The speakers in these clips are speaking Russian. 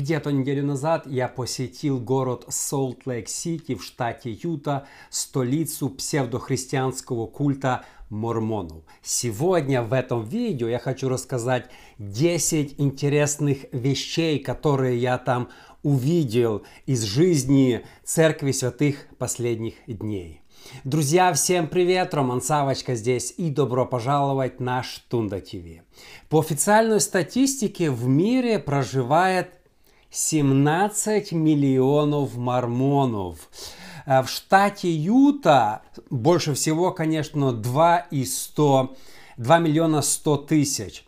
Где-то неделю назад я посетил город Солт-Лейк-Сити в штате Юта, столицу псевдохристианского культа мормонов. Сегодня в этом видео я хочу рассказать 10 интересных вещей, которые я там увидел из жизни Церкви Святых Последних Дней. Друзья, всем привет! Роман Савочка здесь и добро пожаловать на Штунда ТВ. По официальной статистике в мире проживает 17 миллионов мормонов. В штате Юта больше всего, конечно, 2 миллиона 100 тысяч.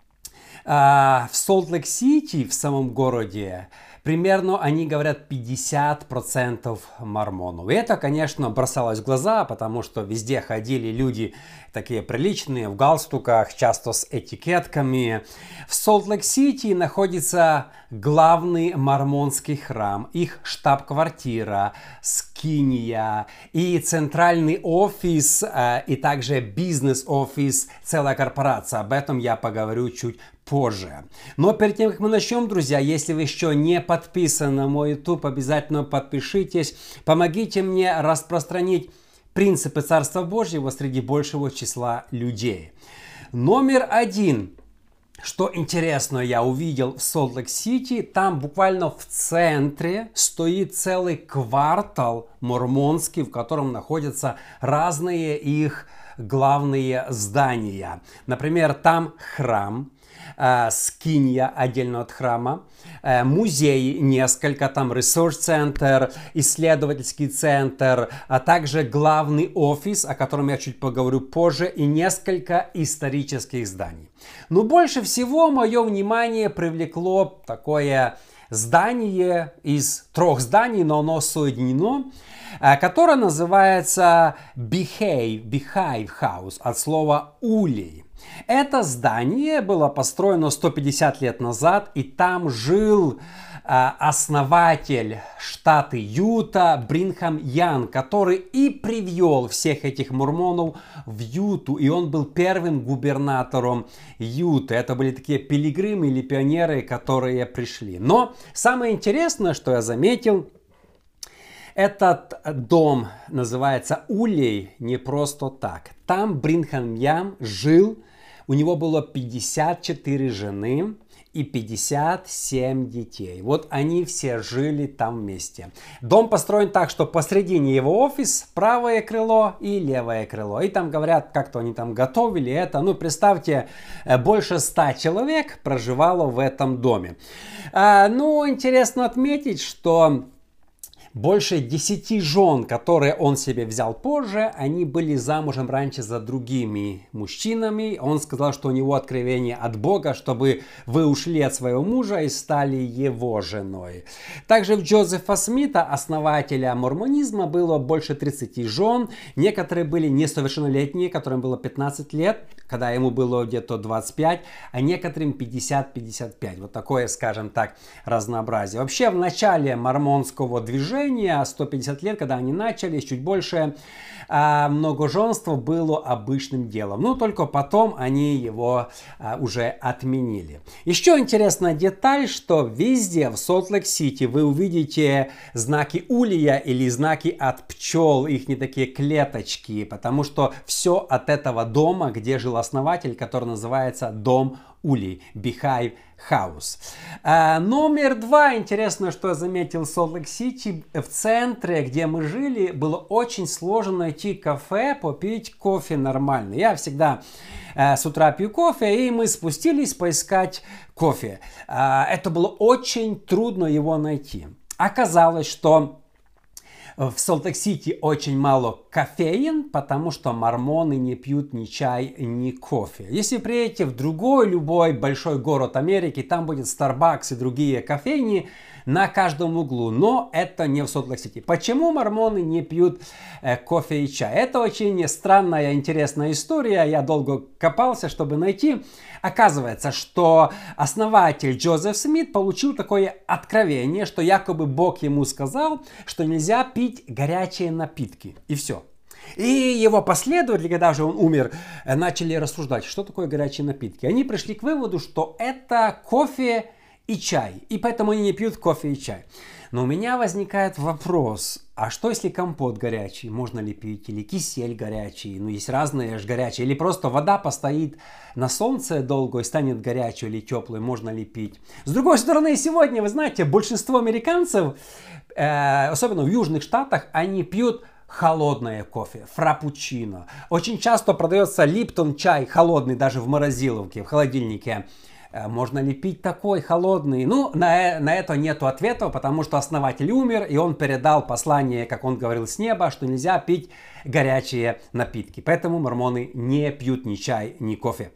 В Солт-Лейк-Сити, в самом городе, примерно, они говорят, 50% мормонов. И это, конечно, бросалось в глаза, потому что везде ходили люди такие приличные, в галстуках, часто с этикетками. В Солт-Лейк-Сити находится главный мормонский храм, их штаб-квартира, скиния и центральный офис, и также бизнес-офис, целая корпорация. Об этом я поговорю чуть позже. Но перед тем, как мы начнем, друзья, если вы еще не подписаны на мой YouTube, обязательно подпишитесь. Помогите мне распространить принципы Царства Божьего среди большего числа людей. Номер один. Что интересно я увидел в Солт-Лейк-Сити, там буквально в центре стоит целый квартал мормонский, в котором находятся разные их главные здания. Например, там храм, скиния отдельно от храма, музей несколько, там ресурс-центр, исследовательский центр, а также главный офис, о котором я чуть поговорю позже, и несколько исторических зданий. Но больше всего мое внимание привлекло такое здание из 3 зданий, но оно соединено, которое называется Beehive House, от слова улей. Это здание было построено 150 лет назад, и там жил основатель штата Юта Бринхам Янг, который и привел всех этих мормонов в Юту, и он был первым губернатором Юты. Это были такие пилигримы или пионеры, которые пришли. Но самое интересное, что я заметил, этот дом называется Улей не просто так. Там Бринхам Янг жил, у него было 54 жены и 57 детей. Вот они все жили там вместе. Дом построен так, что посредине его офис, правое крыло и левое крыло. И там говорят, как-то они там готовили это. Ну, представьте, больше 100 человек проживало в этом доме. Ну, интересно отметить, что больше 10 жен, которые он себе взял позже, они были замужем раньше за другими мужчинами. Он сказал, что у него откровение от Бога, чтобы вы ушли от своего мужа и стали его женой. Также в Джозефа Смита, основателя мормонизма, было больше 30 жен. Некоторые были несовершеннолетние, которым было 15 лет, когда ему было где-то 25, а некоторым 50-55. Вот такое, скажем так, разнообразие. Вообще, в начале мормонского движения, 150 лет, когда они начали, чуть больше, многоженство было обычным делом. Но только потом они его уже отменили. Еще интересная деталь, что везде в Солт-Лейк-Сити вы увидите знаки улья или знаки от пчел, их не такие клеточки, потому что все от этого дома, где жил основатель, который называется Дом Улей, Beehive House. Номер 2, интересно, что я заметил в Солт-Лейк-Сити, в центре, где мы жили, было очень сложно найти кафе, попить кофе нормально. Я всегда с утра пью кофе, и мы спустились поискать кофе. Это было очень трудно его найти. Оказалось, что в Солт-Лейк-Сити очень мало кофеин, потому что мормоны не пьют ни чай, ни кофе. Если приедете в другой, любой большой город Америки, там будет Starbucks и другие кофейни на каждом углу. Но это не в Солт-Лейк-Сити. Почему мормоны не пьют кофе и чай? Это очень странная, интересная история. Я долго копался, чтобы найти. Оказывается, что основатель Джозеф Смит получил такое откровение, что якобы Бог ему сказал, что нельзя пить горячие напитки. И все. И его последователи, когда же он умер, начали рассуждать, что такое горячие напитки. Они пришли к выводу, что это кофе и чай. И поэтому они не пьют кофе и чай. Но у меня возникает вопрос, а что если компот горячий, можно ли пить, или кисель горячий, ну есть разные же горячие, или просто вода постоит на солнце долго и станет горячей или теплой, можно ли пить. С другой стороны, сегодня, вы знаете, большинство американцев, особенно в Южных Штатах, они пьют холодное кофе, фраппучино. Очень часто продается Липтон чай холодный, даже в морозиловке, в холодильнике. Можно ли пить такой холодный? Ну, на это нету ответа, потому что основатель умер, и он передал послание, как он говорил, с неба, что нельзя пить горячие напитки. Поэтому мормоны не пьют ни чай, ни кофе.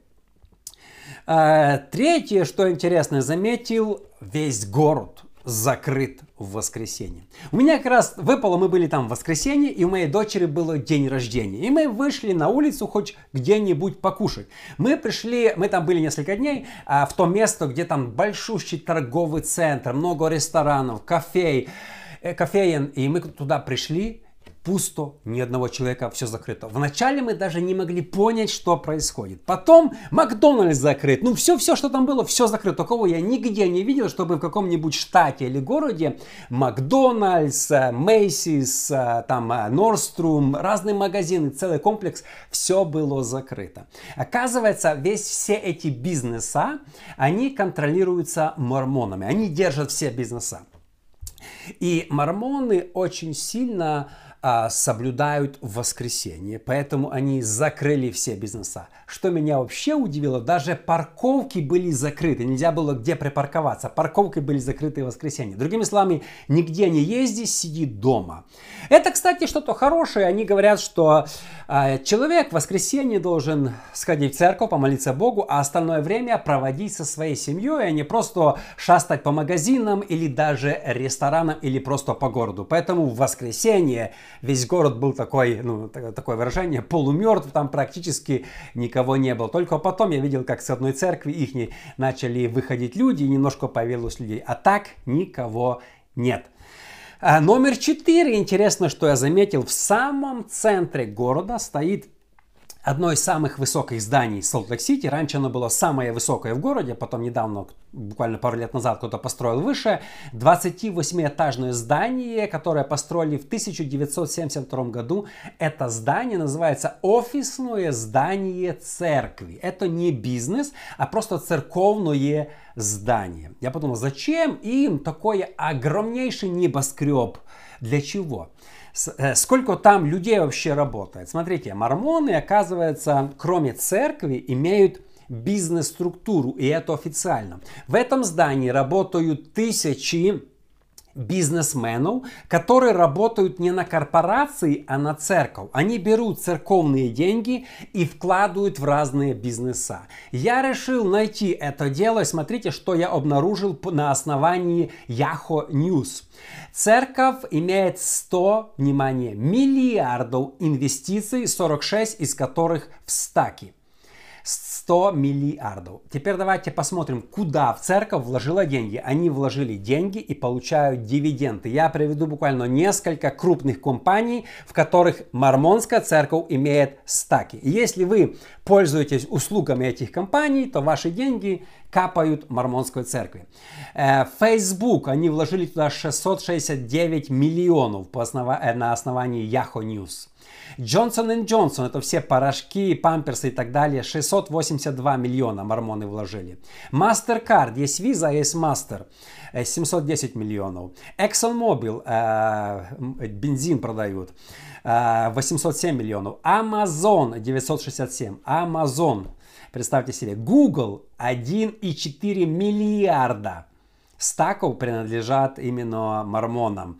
Третье, что интересно, заметил, весь город закрыт в воскресенье. У меня как раз выпало, мы были там в воскресенье, и у моей дочери был день рождения. И мы вышли на улицу хоть где-нибудь покушать. Мы там были несколько дней, в то место, где там большущий торговый центр, много ресторанов, кофеен. И мы туда пришли, пусто, ни одного человека, все закрыто. Вначале мы даже не могли понять, что происходит. Потом Макдональдс закрыт. Ну, все, что там было, все закрыто. Такого я нигде не видел, чтобы в каком-нибудь штате или городе Макдональдс, Мейсис, там Нордструм, разные магазины, целый комплекс, все было закрыто. Оказывается, все эти бизнеса, они контролируются мормонами. Они держат все бизнеса. И мормоны очень сильно соблюдают воскресенье, поэтому они закрыли все бизнеса. Что меня вообще удивило, даже парковки были закрыты, нельзя было где припарковаться, парковки были закрыты в воскресенье. Другими словами, нигде не езди, сиди дома. Это, кстати, что-то хорошее, они говорят, что человек в воскресенье должен сходить в церковь, помолиться Богу, а остальное время проводить со своей семьей, а не просто шастать по магазинам или даже ресторанам или просто по городу. Поэтому в воскресенье весь город был такое выражение, полумертв, там практически никого не было. Только потом я видел, как с одной церкви их начали выходить люди, и немножко появилось людей. А так никого нет. Номер 4, интересно, что я заметил, в самом центре города стоит одно из самых высоких зданий Солт-Лейк-Сити. Раньше оно было самое высокое в городе, потом недавно, буквально пару лет назад, кто-то построил выше. 28-этажное здание, которое построили в 1972 году. Это здание называется офисное здание церкви. Это не бизнес, а просто церковное здание. Я подумал, зачем им такое огромнейший небоскреб? Для чего? Сколько там людей вообще работает? Смотрите, мормоны, оказывается, кроме церкви, имеют бизнес-структуру, и это официально. В этом здании работают тысячи бизнесменов, которые работают не на корпорации, а на церковь. Они берут церковные деньги и вкладывают в разные бизнеса. Я решил найти это дело, и смотрите, что я обнаружил на основании Yahoo News. Церковь имеет 100, внимание, миллиардов инвестиций, 46 из которых в стаки. 100 миллиардов. Теперь давайте посмотрим, куда в церковь вложила деньги. Они вложили деньги и получают дивиденды. Я приведу буквально несколько крупных компаний, в которых мормонская церковь имеет стаки. Если вы пользуетесь услугами этих компаний, то ваши деньги капают мормонской церкви. Facebook, они вложили туда 669 миллионов на основании Yahoo News. Johnson & Johnson, это все порошки, памперсы и так далее, 682 миллиона мормоны вложили. MasterCard, есть Visa, есть Master, 710 миллионов. ExxonMobil, бензин продают, 807 миллионов. Amazon, 967. Amazon, представьте себе, Google, 1,4 миллиарда. Стаков принадлежат именно мормонам.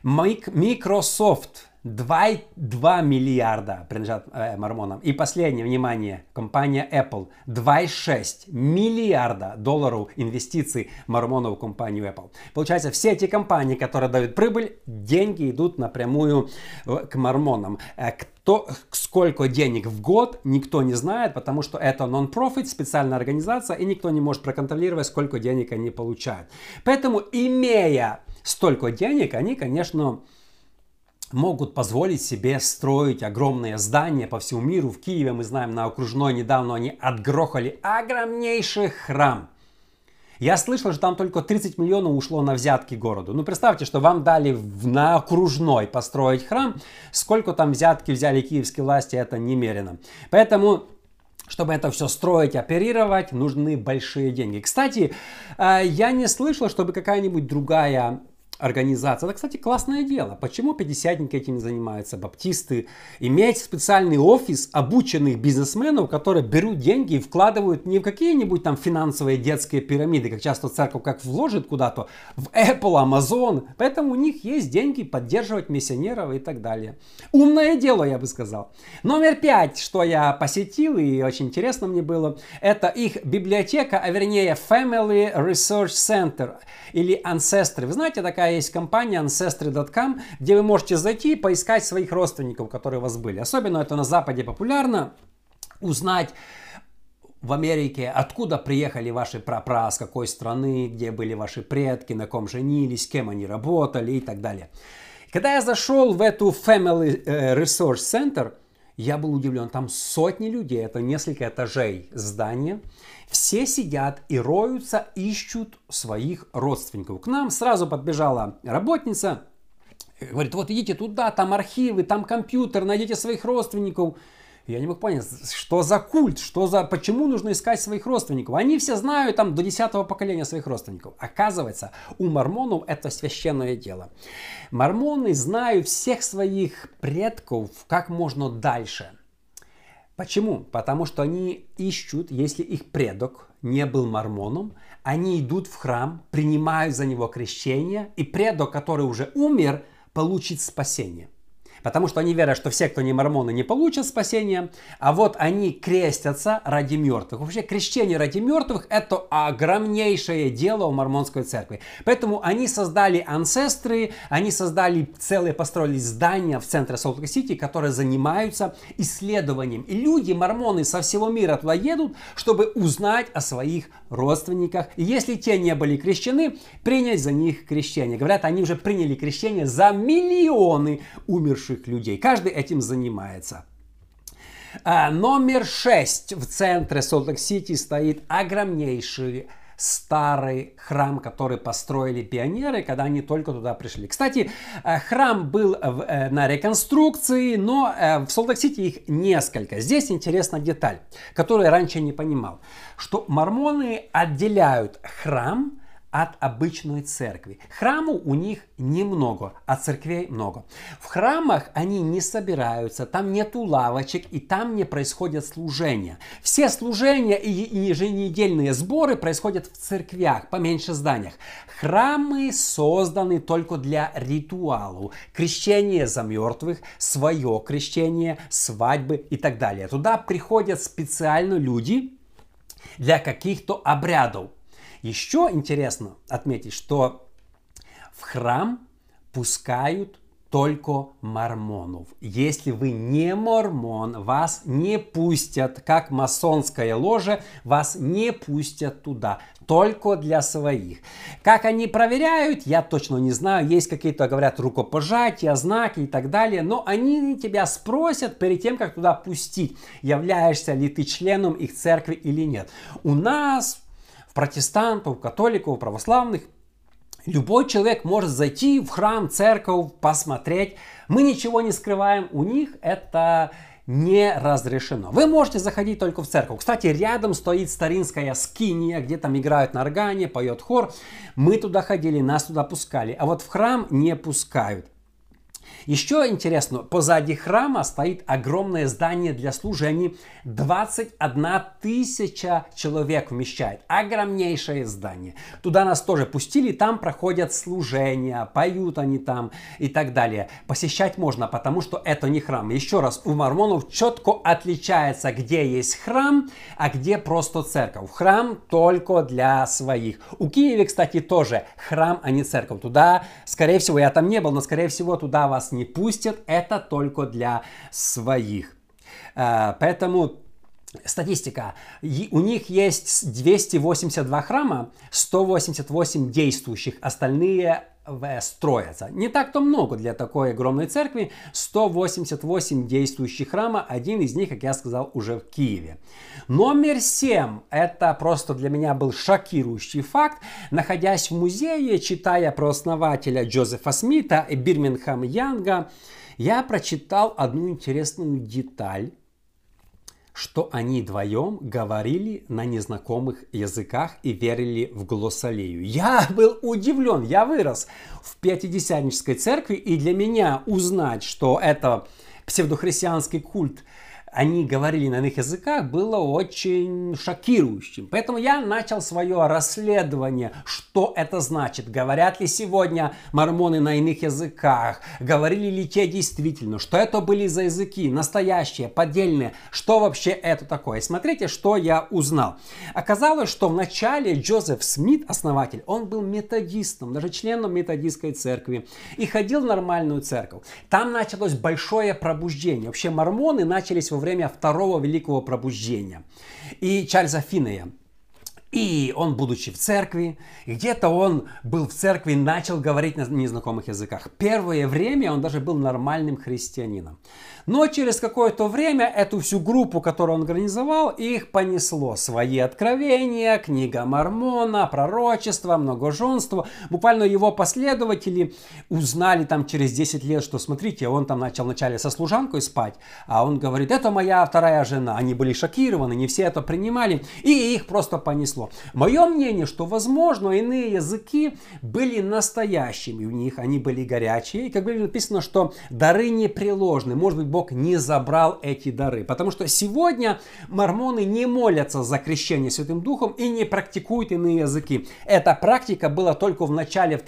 Microsoft, 2,2 миллиарда принадлежат мормонам. И последнее, внимание, компания Apple. 2,6 миллиарда долларов инвестиций мормонов в компанию Apple. Получается, все эти компании, которые дают прибыль, деньги идут напрямую к мормонам. Сколько денег в год, никто не знает, потому что это нон-профит, специальная организация, и никто не может проконтролировать, сколько денег они получают. Поэтому, имея столько денег, они, конечно, могут позволить себе строить огромные здания по всему миру. В Киеве, мы знаем, на Окружной недавно они отгрохали огромнейший храм. Я слышал, что там только 30 миллионов ушло на взятки городу. Ну, представьте, что вам дали на Окружной построить храм. Сколько там взятки взяли киевские власти, это немерено. Поэтому, чтобы это все строить, оперировать, нужны большие деньги. Кстати, я не слышал, чтобы какая-нибудь другая организация. Это, кстати, классное дело. Почему пятидесятники этим занимаются, баптисты? Иметь специальный офис обученных бизнесменов, которые берут деньги и вкладывают не в какие-нибудь там финансовые детские пирамиды, как часто церковь как вложит куда-то, в Apple, Amazon. Поэтому у них есть деньги поддерживать миссионеров и так далее. Умное дело, я бы сказал. Номер 5, что я посетил и очень интересно мне было, это их библиотека, а вернее Family Research Center или Ancestry. Вы знаете, такая есть компания Ancestry.com, где вы можете зайти и поискать своих родственников, которые у вас были. Особенно это на Западе популярно. Узнать в Америке, откуда приехали ваши прапра, с какой страны, где были ваши предки, на ком женились, с кем они работали и так далее. Когда я зашел в эту Family Research Center, я был удивлен. Там сотни людей, это несколько этажей здания. Все сидят и роются, ищут своих родственников. К нам сразу подбежала работница, говорит, вот идите туда, там архивы, там компьютер, найдите своих родственников. Я не мог понять, что за культ, почему нужно искать своих родственников. Они все знают там до 10-го поколения своих родственников. Оказывается, у мормонов это священное дело. Мормоны знают всех своих предков как можно дальше. Почему? Потому что они ищут, если их предок не был мормоном, они идут в храм, принимают за него крещение, и предок, который уже умер, получит спасение. Потому что они верят, что все, кто не мормоны, не получат спасения, а вот они крестятся ради мертвых. Вообще крещение ради мертвых – это огромнейшее дело в мормонской церкви. Поэтому они создали анцестры, они создали целые, построили здания в центре Солт-Лейк-Сити, которые занимаются исследованием. И люди, мормоны со всего мира туда едут, чтобы узнать о своих родственниках. И если те не были крещены, принять за них крещение. Говорят, они уже приняли крещение за миллионы умерших людей. Каждый этим занимается. Номер 6. В центре Солт-Лейк-Сити стоит огромнейший старый храм, который построили пионеры, когда они только туда пришли. Кстати, храм был на реконструкции, но в Солт-Лейк-Сити их несколько. Здесь интересна деталь, которую я раньше не понимал, что мормоны отделяют храм от обычной церкви. Храму у них немного, а церквей много. В храмах они не собираются, там нету лавочек и там не происходят служения. Все служения и еженедельные сборы происходят в церквях, поменьше зданиях. Храмы созданы только для ритуалов. Крещение за мертвых, свое крещение, свадьбы и так далее. Туда приходят специально люди для каких-то обрядов. Еще интересно отметить, что в храм пускают только мормонов. Если вы не мормон, вас не пустят, как масонская ложа, вас не пустят туда. Только для своих. Как они проверяют, я точно не знаю. Есть какие-то, говорят, рукопожатия, знаки и так далее. Но они тебя спросят перед тем, как туда пустить, являешься ли ты членом их церкви или нет. У нас, протестантов, католиков, православных, любой человек может зайти в храм, церковь, посмотреть. Мы ничего не скрываем. У них это не разрешено. Вы можете заходить только в церковь. Кстати, рядом стоит старинская скиния, где там играют на органе, поет хор. Мы туда ходили, нас туда пускали. А вот в храм не пускают. Еще интересно, позади храма стоит огромное здание для служений. 21 тысяча человек вмещает. Огромнейшее здание. Туда нас тоже пустили, там проходят служения, поют они там и так далее. Посещать можно, потому что это не храм. Еще раз, у мормонов четко отличается, где есть храм, а где просто церковь. Храм только для своих. У Киева, кстати, тоже храм, а не церковь. Туда, скорее всего, я там не был, но скорее всего туда вас не пустят, это только для своих. Поэтому статистика. У них есть 282 храма, 188 действующих, остальные строятся. Не так-то много для такой огромной церкви. 188 действующих храма, один из них, как я сказал, уже в Киеве. Номер 7. Это просто для меня был шокирующий факт. Находясь в музее, читая про основателя Джозефа Смита и Бирмингем Янга, я прочитал одну интересную деталь, что они вдвоем говорили на незнакомых языках и верили в глоссолею. Я был удивлен, я вырос в пятидесятнической церкви, и для меня узнать, что это псевдохристианский культ, они говорили на иных языках, было очень шокирующим. Поэтому я начал свое расследование, что это значит. Говорят ли сегодня мормоны на иных языках? Говорили ли те действительно? Что это были за языки? Настоящие, поддельные? Что вообще это такое? Смотрите, что я узнал. Оказалось, что вначале Джозеф Смит, основатель, он был методистом, даже членом методистской церкви. И ходил в нормальную церковь. Там началось большое пробуждение. Вообще мормоны начались во время второго великого пробуждения и Чарльза Финнея. И он, будучи в церкви, где-то он был в церкви и начал говорить на незнакомых языках. Первое время он даже был нормальным христианином. Но через какое-то время эту всю группу, которую он организовал, их понесло. Свои откровения, книга Мормона, пророчество, многоженство. Буквально его последователи узнали там через 10 лет, что смотрите, он там начал вначале со служанкой спать, а он говорит, это моя вторая жена. Они были шокированы, не все это принимали, и их просто понесло. Мое мнение, что возможно иные языки были настоящими у них, они были горячие. И как было написано, что дары непреложны. Может быть, Бог не забрал эти дары. Потому что сегодня мормоны не молятся за крещение Святым Духом и не практикуют иные языки. Эта практика была только в начале, в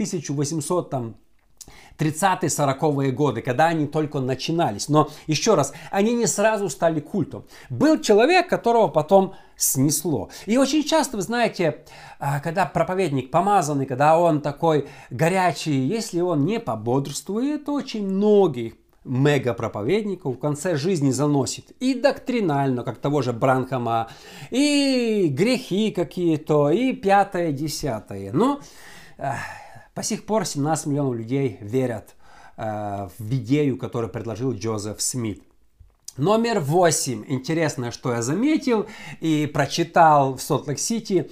1830-40-е годы, когда они только начинались. Но еще раз, они не сразу стали культом. Был человек, которого потом снесло. И очень часто, вы знаете, когда проповедник помазанный, когда он такой горячий, если он не пободрствует, очень многих мега-проповедников в конце жизни заносит. И доктринально, как того же Бранхама, и грехи какие-то, и пятое, десятое. Но по сих пор 17 миллионов людей верят в идею, которую предложил Джозеф Смит. Номер 8. Интересное, что я заметил и прочитал в Солт-Лейк-Сити.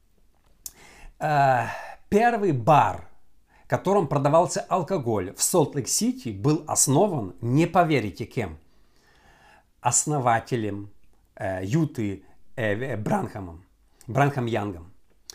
Первый бар, в котором продавался алкоголь в Солт-Лейк-Сити, был основан, не поверите кем, основателем Юты Бранхам Янгом.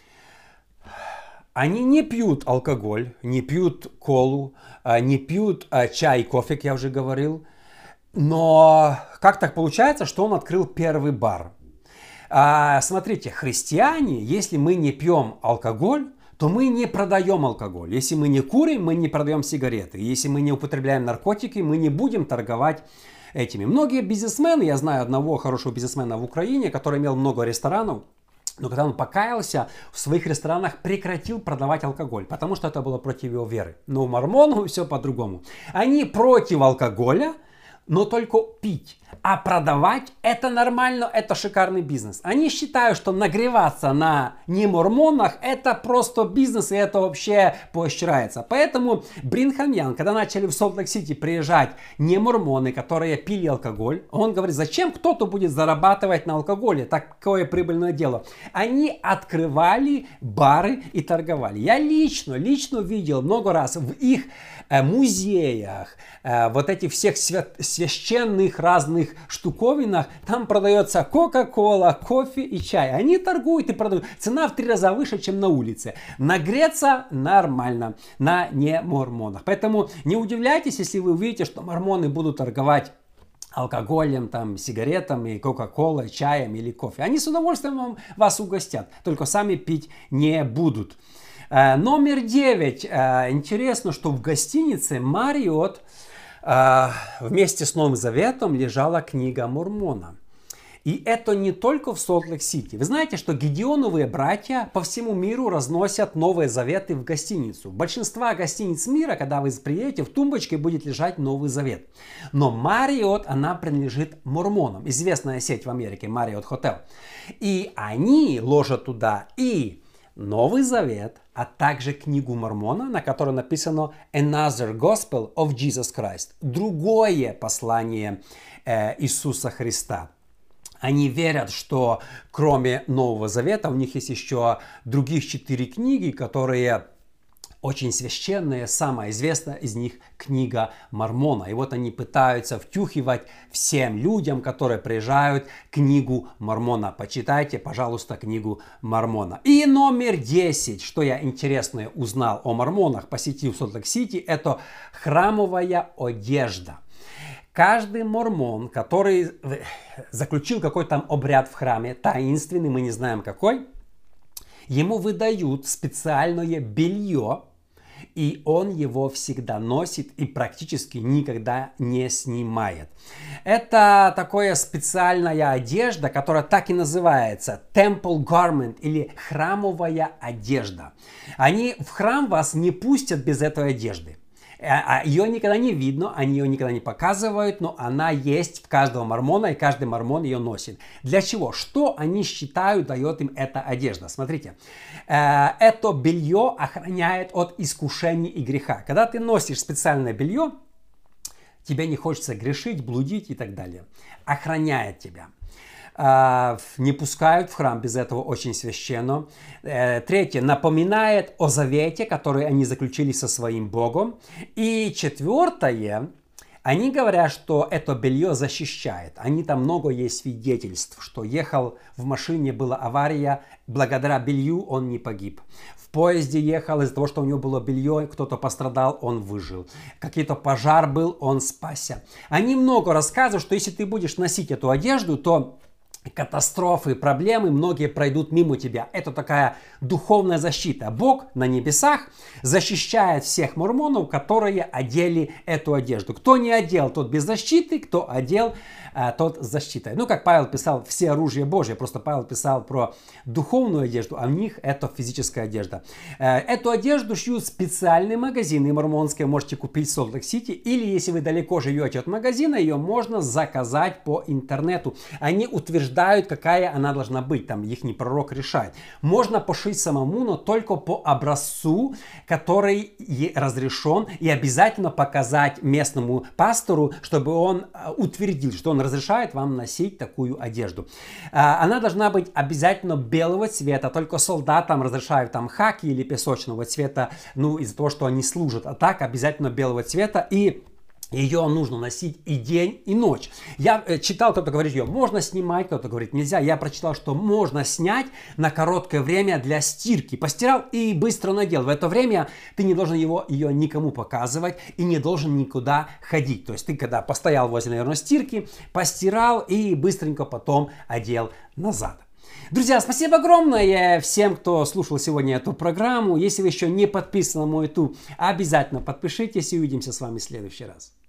Они не пьют алкоголь, не пьют колу, не пьют чай и кофе, как я уже говорил. Но как так получается, что он открыл первый бар? Смотрите, христиане, если мы не пьем алкоголь, то мы не продаем алкоголь. Если мы не курим, мы не продаем сигареты. Если мы не употребляем наркотики, мы не будем торговать этими. Многие бизнесмены, я знаю одного хорошего бизнесмена в Украине, который имел много ресторанов, но когда он покаялся, в своих ресторанах прекратил продавать алкоголь, потому что это было против его веры. Но у мормонов все по-другому. Они против алкоголя, но только пить. А продавать это нормально, это шикарный бизнес. Они считают, что нагреваться на немормонах это просто бизнес, и это вообще поощряется. Поэтому Бранхам Янг, когда начали в Солт-Лейк-Сити приезжать немормоны, которые пили алкоголь, он говорит, зачем кто-то будет зарабатывать на алкоголе, такое прибыльное дело. Они открывали бары и торговали. Я лично видел много раз в их музеях, вот этих всех священных разных штуковинах, там продается кока-кола, кофе и чай. Они торгуют и продают. Цена в 3 раза выше, чем на улице. Нагреться нормально на немормонах. Поэтому не удивляйтесь, если вы увидите, что мормоны будут торговать алкоголем, там, сигаретами, кока-колой, чаем или кофе. Они с удовольствием вас угостят, только сами пить не будут. Номер 9. Интересно, что в гостинице Marriott вместе с Новым Заветом лежала книга Мормона. И это не только в Солт-Лейк-Сити. Вы знаете, что Гидеоновые братья по всему миру разносят Новые Заветы в гостиницу. Большинство гостиниц мира, когда вы приедете, в тумбочке будет лежать Новый Завет. Но Marriott, она принадлежит мормонам. Известная сеть в Америке, Marriott Hotel. И они ложат туда и Новый Завет, а также книгу Мормона, на которой написано Another Gospel of Jesus Christ. Другое послание Иисуса Христа. Они верят, что кроме Нового Завета у них есть еще других 4 книги, которые очень священные. Самая известная из них книга Мормона. И вот они пытаются втюхивать всем людям, которые приезжают, книгу Мормона. Почитайте, пожалуйста, книгу Мормона. И номер 10, что я интересное узнал о мормонах, посетив Солт-Лейк-Сити, это храмовая одежда. Каждый мормон, который заключил какой-то обряд в храме, таинственный, мы не знаем какой, ему выдают специальное белье, и он его всегда носит и практически никогда не снимает. Это такая специальная одежда, которая так и называется Temple Garment или храмовая одежда. Они в храм вас не пустят без этой одежды. Ее никогда не видно, они ее никогда не показывают, но она есть в каждого мормона, и каждый мормон ее носит. Для чего? Что они считают, дает им эта одежда? Смотрите, это белье охраняет от искушений и греха. Когда ты носишь специальное белье, тебе не хочется грешить, блудить и так далее. Охраняет тебя. Не пускают в храм, без этого очень священно. Третье, напоминает о завете, который они заключили со своим Богом. И четвертое, они говорят, что это белье защищает. Они там много есть свидетельств, что ехал в машине, была авария, благодаря белью он не погиб. В поезде ехал, из-за того, что у него было белье, кто-то пострадал, он выжил. Какой-то пожар был, он спасся. Они много рассказывают, что если ты будешь носить эту одежду, то катастрофы, проблемы, многие пройдут мимо тебя. Это такая духовная защита. Бог на небесах защищает всех мормонов, которые одели эту одежду. Кто не одел, тот без защиты, кто одел, тот с защитой. Ну, как Павел писал, все оружие Божье. Просто Павел писал про духовную одежду, а в них это физическая одежда. Эту одежду шьют специальные магазины мормонские. Можете купить в Солт-Лейк-Сити. Или, если вы далеко живете от магазина, ее можно заказать по интернету. Они утверждают, какая она должна быть. Там их не пророк решает. Можно пошить самому, но только по образцу, который разрешен. И обязательно показать местному пастору, чтобы он утвердил, что он разрешает вам носить такую одежду. Она должна быть обязательно белого цвета. Только солдатам разрешают там хаки или песочного цвета. Ну, из-за того, что они служат. А так обязательно белого цвета. И ее нужно носить и день, и ночь. Я читал, кто-то говорит, ее можно снимать, кто-то говорит нельзя. Я прочитал, что можно снять на короткое время для стирки. Постирал и быстро надел. В это время ты не должен ее никому показывать и не должен никуда ходить. То есть ты когда постоял возле, наверное, стирки, постирал и быстренько потом одел назад. Друзья, спасибо огромное всем, кто слушал сегодня эту программу. Если вы еще не подписаны на мой YouTube, обязательно подпишитесь и увидимся с вами в следующий раз.